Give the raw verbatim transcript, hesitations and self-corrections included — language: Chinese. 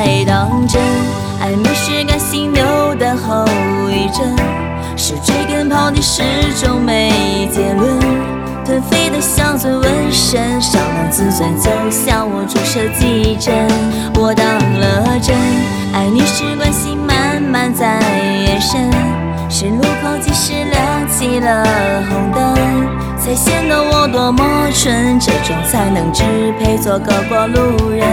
来当真。爱你是感性流的后遗症，是追根刨底始终没结论。颓废的像尊纹身，伤了自尊就向我注射几针。我当了真，爱你是关系慢慢在延伸，是路口即使亮起了红灯，才显得我多么蠢，这种才能支配做个过路人。